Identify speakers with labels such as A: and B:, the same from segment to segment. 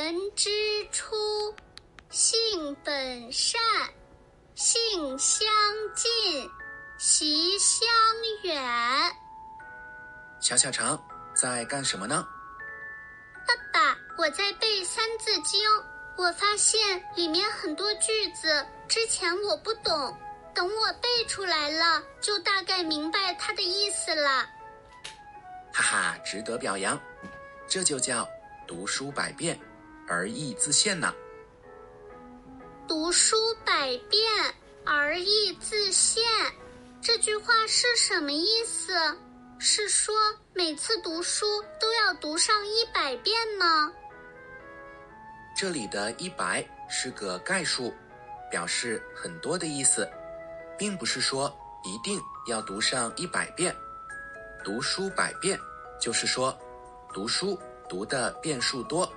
A: 人之初，性本善，性相近，习相远。
B: 小小肠在干什么呢？
A: 爸爸，我在背三字经，我发现里面很多句子之前我不懂，等我背出来了，就大概明白它的意思了。
B: 哈哈，值得表扬，这就叫读书百遍，而义自现呢。
A: 读书百遍，而义自现，这句话是什么意思？是说每次读书都要读上100遍吗？
B: 这里的100是个概数，表示很多的意思，并不是说一定要读上100遍。读书百遍就是说读书读的遍数多。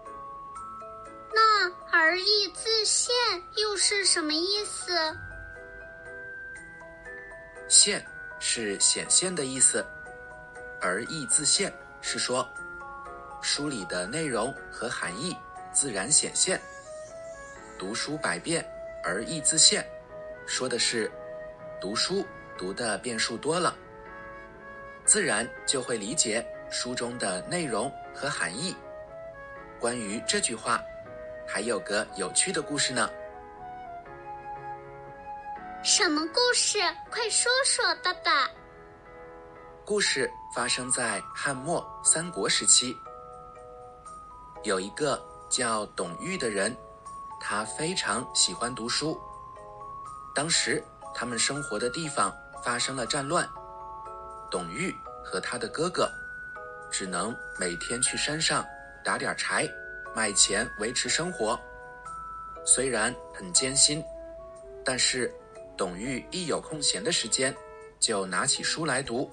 A: 那而义自现又是什么意思？
B: 现是显现的意思，而义自现是说书里的内容和含义自然显现。读书百遍而义自现，说的是读书读的遍数多了，自然就会理解书中的内容和含义。关于这句话，还有个有趣的故事呢。
A: 什么故事？快说说，爸爸。
B: 故事发生在汉末三国时期，有一个叫董玉的人，他非常喜欢读书。当时他们生活的地方发生了战乱，董玉和他的哥哥只能每天去山上打点柴卖钱维持生活。虽然很艰辛，但是董玉一有空闲的时间就拿起书来读。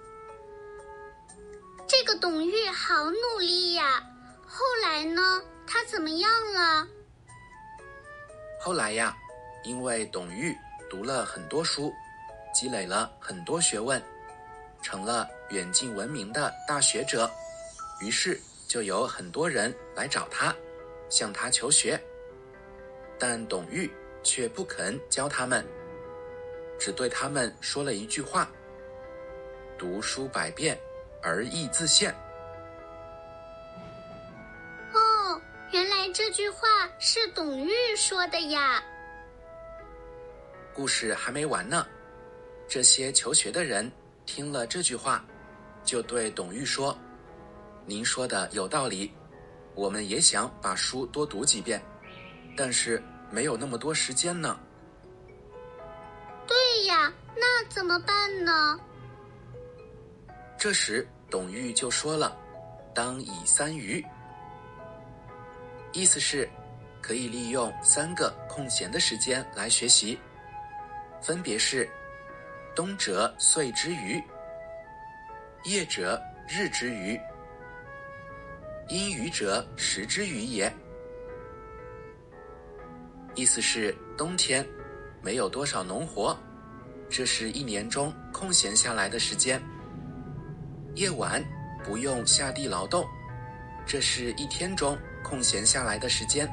A: 这个董玉好努力呀，后来呢？他怎么样了？
B: 后来呀，因为董玉读了很多书，积累了很多学问，成了远近闻名的大学者，于是就有很多人来找他，向他求学。但董玉却不肯教他们，只对他们说了一句话：读书百遍，而义自现。
A: 哦，原来这句话是董玉说的呀。
B: 故事还没完呢，这些求学的人听了这句话，就对董玉说：您说的有道理，我们也想把书多读几遍，但是没有那么多时间呢。
A: 对呀，那怎么办呢？
B: 这时董玉就说了：当以3余，意思是可以利用3个空闲的时间来学习，分别是冬者岁之余，夜者日之余，阴余者时之余也。意思是冬天没有多少农活，这是1年中空闲下来的时间。夜晚不用下地劳动，这是1天中空闲下来的时间。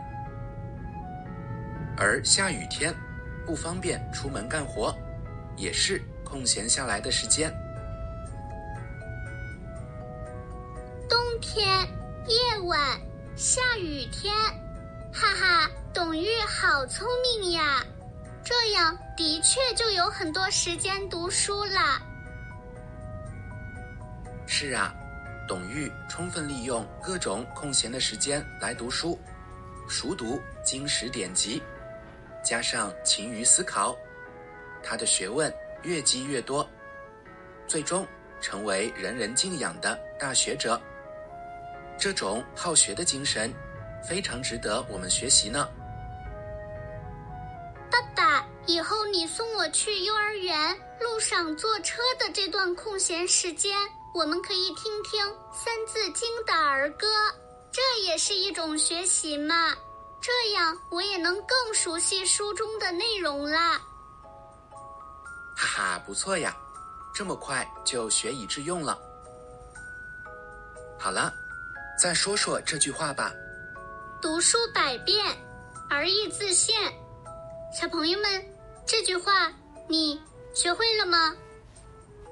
B: 而下雨天不方便出门干活，也是空闲下来的时间。
A: 冬天、夜晚、下雨天，哈哈，董玉好聪明呀，这样的确就有很多时间读书了。
B: 是啊，董玉充分利用各种空闲的时间来读书，熟读经史典籍，加上勤于思考，他的学问越积越多，最终成为人人敬仰的大学者。这种好学的精神非常值得我们学习呢。
A: 爸爸，以后你送我去幼儿园，路上坐车的这段空闲时间，我们可以听听《三字经》的儿歌，这也是一种学习嘛。这样我也能更熟悉书中的内容啦。
B: 哈哈，不错呀，这么快就学以致用了。好了，再说说这句话吧。
A: 读书百遍，而义自现。小朋友们，这句话你学会了吗？